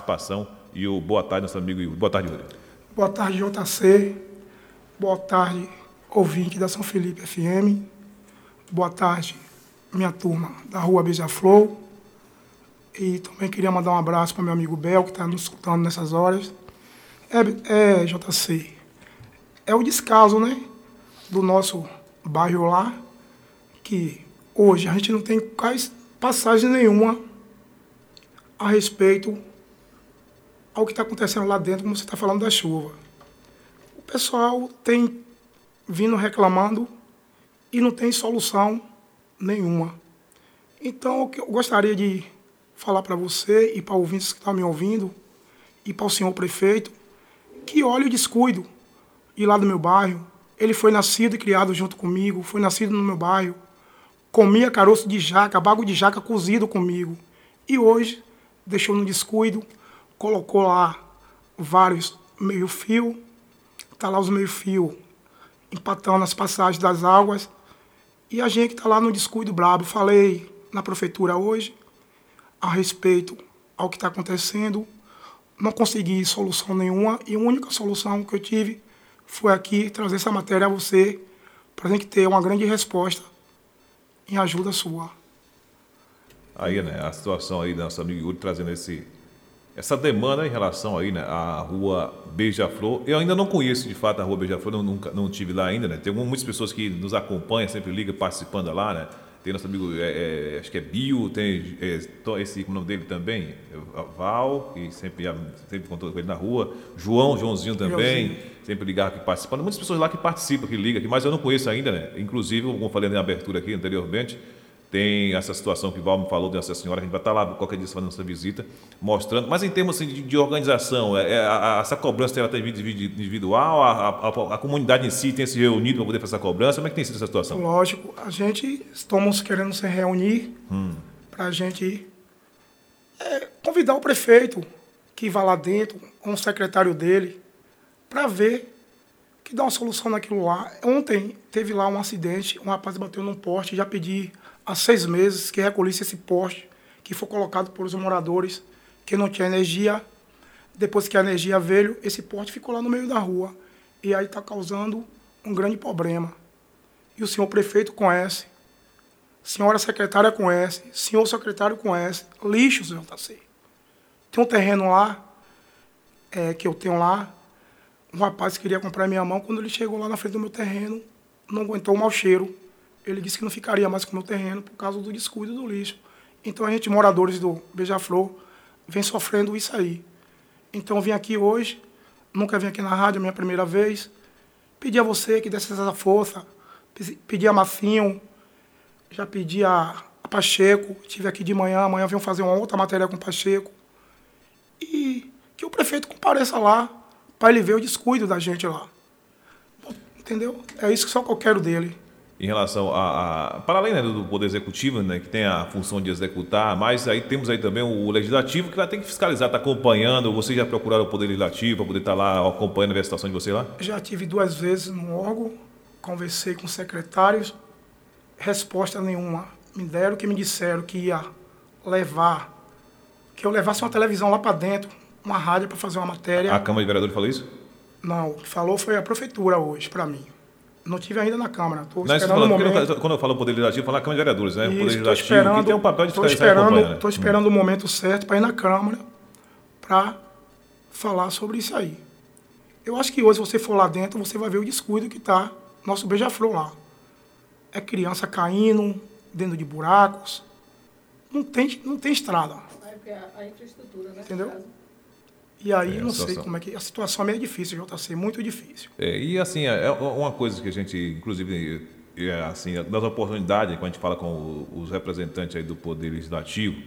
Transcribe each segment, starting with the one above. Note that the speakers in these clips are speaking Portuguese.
participação e o boa tarde, nosso amigo Yuri. Boa tarde, Yuri. Boa tarde, JC. Boa tarde, ouvinte da São Felipe FM. Boa tarde, minha turma da Rua Beija-Flor. E também queria mandar um abraço para meu amigo Bel, que está nos escutando nessas horas. JC, é o descaso, né, do nosso bairro lá, que hoje a gente não tem quase passagem nenhuma a respeito ao que está acontecendo lá dentro, como você está falando da chuva. O pessoal tem vindo reclamando e não tem solução nenhuma. Então, o que eu gostaria de falar para você e para ouvintes que estão me ouvindo e para o senhor prefeito, que olhe o descuido. E lá do meu bairro, ele foi nascido e criado junto comigo, foi nascido no meu bairro, comia caroço de jaca, bago de jaca cozido comigo. E hoje, deixou no descuido, colocou lá vários meio-fio, está lá os meio-fio empatando as passagens das águas, e a gente está lá no descuido brabo. Falei na prefeitura hoje a respeito ao que está acontecendo, não consegui solução nenhuma, e a única solução que eu tive foi aqui trazer essa matéria a você, para a gente ter uma grande resposta em ajuda sua. Aí, né, a situação aí do nosso amigo Yuri trazendo essa demanda em relação aí, né, à Rua Beija-Flor. Eu ainda não conheço, de fato, a Rua Beija-Flor, não tive lá ainda, né? Tem muitas pessoas que nos acompanham, sempre ligam, participando lá, né? Tem nosso amigo, acho que é Bio, tem esse, o nome dele também, Val, que sempre contou com ele na rua, Joãozinho também, sempre ligava aqui participando. Muitas pessoas lá que participam, que ligam aqui, mas eu não conheço ainda, né? Inclusive, como eu falei na abertura aqui anteriormente, tem essa situação que o Val me falou dessa senhora, a gente vai estar lá qualquer dia fazendo essa visita, mostrando. Mas em termos assim, de organização, essa cobrança ela tem vindo individual, a comunidade em si tem se reunido para poder fazer essa cobrança? Como é que tem sido essa situação? Lógico, a gente estamos querendo se reunir para a gente convidar o prefeito que vá lá dentro, com o secretário dele, para ver que dá uma solução naquilo lá. Ontem teve lá um acidente, um rapaz bateu num poste, já pedi há 6 meses que recolhesse esse poste, que foi colocado por os moradores, que não tinha energia. Depois que a energia veio, esse poste ficou lá no meio da rua. E aí está causando um grande problema. E o senhor prefeito conhece, senhora secretária conhece, senhor secretário conhece, lixos, JC. Tem um terreno lá, que eu tenho lá, um rapaz queria comprar minha mão, quando ele chegou lá na frente do meu terreno, não aguentou o mau cheiro. Ele disse que não ficaria mais com o meu terreno por causa do descuido do lixo. Então a gente, moradores do Beija-Flor, vem sofrendo isso aí. Então eu vim aqui hoje, nunca vim aqui na rádio, é a minha primeira vez, pedi a você que desse essa força, pedi a Massinho, já pedi a Pacheco, estive aqui de manhã, amanhã venho fazer uma outra matéria com o Pacheco, e que o prefeito compareça lá, para ele ver o descuido da gente lá. Entendeu? É isso que só que eu quero dele. Em relação para além, né, do Poder Executivo, né, que tem a função de executar, mas aí temos aí também o Legislativo, que vai ter que fiscalizar, está acompanhando. Vocês já procuraram o Poder Legislativo para poder estar lá acompanhando a situação de você lá? Já tive 2 vezes no órgão, conversei com secretários, resposta nenhuma. Me disseram que ia levar, que eu levasse uma televisão lá para dentro, uma rádio para fazer uma matéria. A Câmara de Vereadores falou isso? Não, o que falou foi a prefeitura hoje, para mim. Não tive ainda na Câmara. Estou esperando o momento. Quando eu falo Poder Legislativo, eu falo na Câmara de Vereadores, né? Isso, o Poder Legislativo que tem um papel de fiscalizar e acompanhar. Estou esperando o momento certo para ir na Câmara para falar sobre isso aí. Eu acho que hoje, se você for lá dentro, você vai ver o descuido que está nosso Beija-Flor lá. É criança caindo dentro de buracos. Não tem estrada. A infraestrutura, né? Entendeu? E aí, não sei como é que... A situação é meio difícil, JC, muito difícil. E assim, é uma coisa que a gente, inclusive, assim, das oportunidades, quando a gente fala com os representantes aí do Poder Legislativo,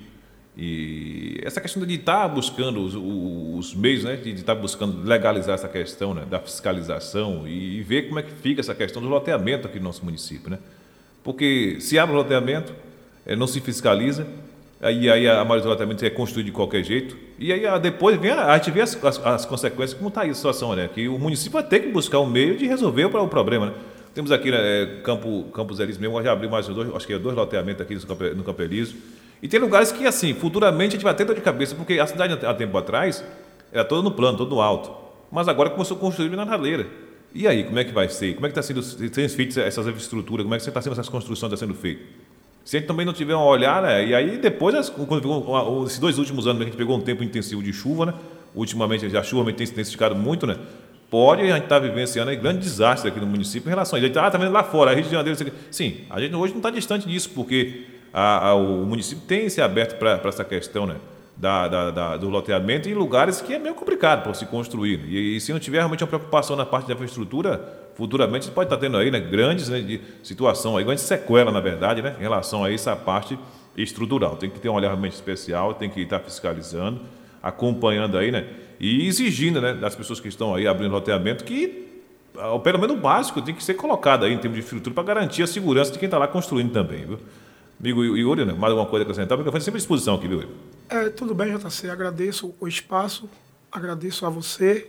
e essa questão de estar buscando os meios, né, de estar buscando legalizar essa questão, né, da fiscalização e ver como é que fica essa questão do loteamento aqui no nosso município, né? Porque se abre o loteamento, não se fiscaliza, aí a maioria do loteamento é construído de qualquer jeito, e aí depois a gente vê as consequências, como está aí a situação, né? Que o município vai ter que buscar um meio de resolver o problema, né? Temos aqui, né, Campos Elíseos mesmo, já abriu mais 2, acho que 2 loteamentos aqui no Campo Elíseo, E tem lugares que, assim, futuramente a gente vai ter dor de cabeça, porque a cidade, há tempo atrás, era toda no plano, todo no alto. Mas agora começou a construir na raleira. E aí, como é que vai ser? Como é que está sendo feitas essas infraestruturas? Como é que está sendo essas construções sendo feitas? Se a gente também não tiver um olhar, né? E aí depois, quando pegou, esses 2 últimos anos, a gente pegou um tempo intensivo de chuva, né? Ultimamente, a chuva tem se intensificado muito, né? Pode a gente estar vivenciando aí grande desastre aqui no município em relação a isso. Tá vendo lá fora, a Rio de Janeiro. Sim, a gente hoje não está distante disso, porque o município tem se aberto para essa questão, né? Do loteamento em lugares que é meio complicado para se construir. E se não tiver realmente uma preocupação na parte da infraestrutura, futuramente você pode estar tendo aí, né, grandes, né, de situação, aí, grande sequela, na verdade, né, em relação a essa parte estrutural. Tem que ter um olhar realmente especial, tem que estar fiscalizando, acompanhando aí, né, e exigindo, né, das pessoas que estão aí abrindo loteamento que, pelo menos o básico, tem que ser colocado aí em termos de estrutura para garantir a segurança de quem está lá construindo também, viu? Amigo Yuri, né, mais alguma coisa a acrescentar? O microfone sempre à disposição aqui, viu? Tudo bem, JC. Agradeço o espaço, agradeço a você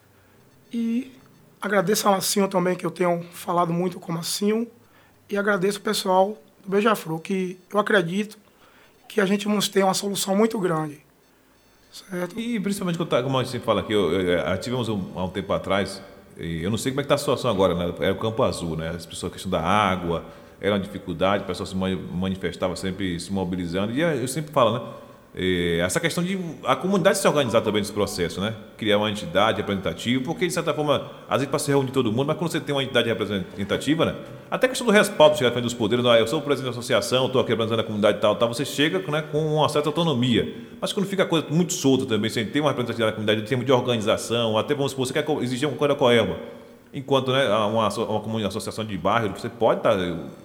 e agradeço a Massinho também, que eu tenho falado muito com o Massinho, e agradeço o pessoal do Beija-Flor, que eu acredito que a gente nos tem uma solução muito grande. Certo? E principalmente, como a gente fala aqui, tivemos há um tempo atrás, e eu não sei como é que está a situação agora, né? Era o Campo Azul, né? As pessoas, a questão da água, era uma dificuldade, o pessoal se manifestava sempre se mobilizando, e eu sempre falo, né? Essa questão de a comunidade se organizar também nesse processo, né? Criar uma entidade representativa, porque de certa forma, às vezes para se reunir todo mundo, mas quando você tem uma entidade representativa, né? Até a questão do respaldo, chegar à frente dos poderes, eu sou o presidente da associação, estou aqui representando a comunidade tal, você chega, né, com uma certa autonomia. Mas quando fica a coisa muito solta também, sem ter uma representatividade da comunidade, em termos de organização, até vamos supor, você quer exigir uma coisa coerma. Enquanto, né, uma associação de bairro, você pode estar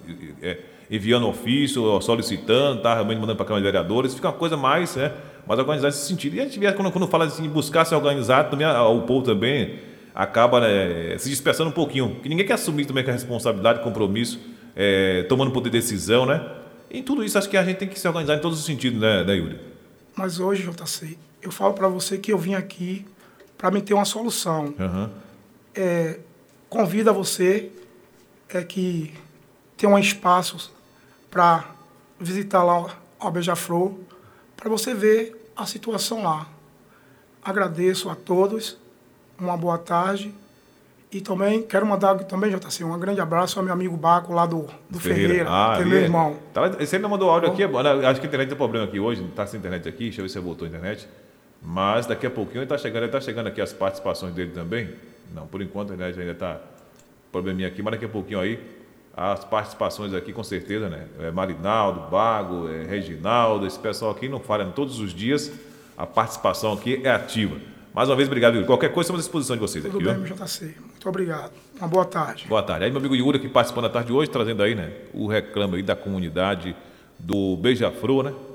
enviando ofício, solicitando, realmente mandando para a Câmara de Vereadores, fica uma coisa mais, mais organizada nesse sentido. E a gente vê, quando fala assim, buscar se organizar, também o povo também acaba, né, se dispersando um pouquinho, porque ninguém quer assumir também a responsabilidade, compromisso, tomando poder de decisão, né? Em tudo isso, acho que a gente tem que se organizar em todos os sentidos, né, Yuri? Mas hoje, JC, eu falo para você que eu vim aqui para me ter uma solução. Uhum. Convido a você que tem um espaço para visitar lá o Beija-Flor, para você ver a situação lá. Agradeço a todos, uma boa tarde, e também quero mandar também, JC, um grande abraço ao meu amigo Baco lá do Ferreira, que é meu irmão. Você ainda mandou áudio aqui, acho que a internet tem problema aqui hoje, não está sem internet aqui, deixa eu ver se voltou a internet, mas daqui a pouquinho ele está chegando aqui as participações dele também. Não, por enquanto a internet ainda está probleminha aqui, mas daqui a pouquinho aí as participações aqui, com certeza, né? Marinaldo, Bago, Reginaldo, esse pessoal aqui não falha todos os dias, a participação aqui é ativa. Mais uma vez, obrigado, Yuri. Qualquer coisa, estamos à disposição de vocês aqui. Tudo bem, meu JC. Muito obrigado. Uma boa tarde. Boa tarde. Aí, meu amigo Yuri, aqui participando da tarde de hoje, trazendo aí, né, o reclame aí da comunidade do Beija-Flor, né?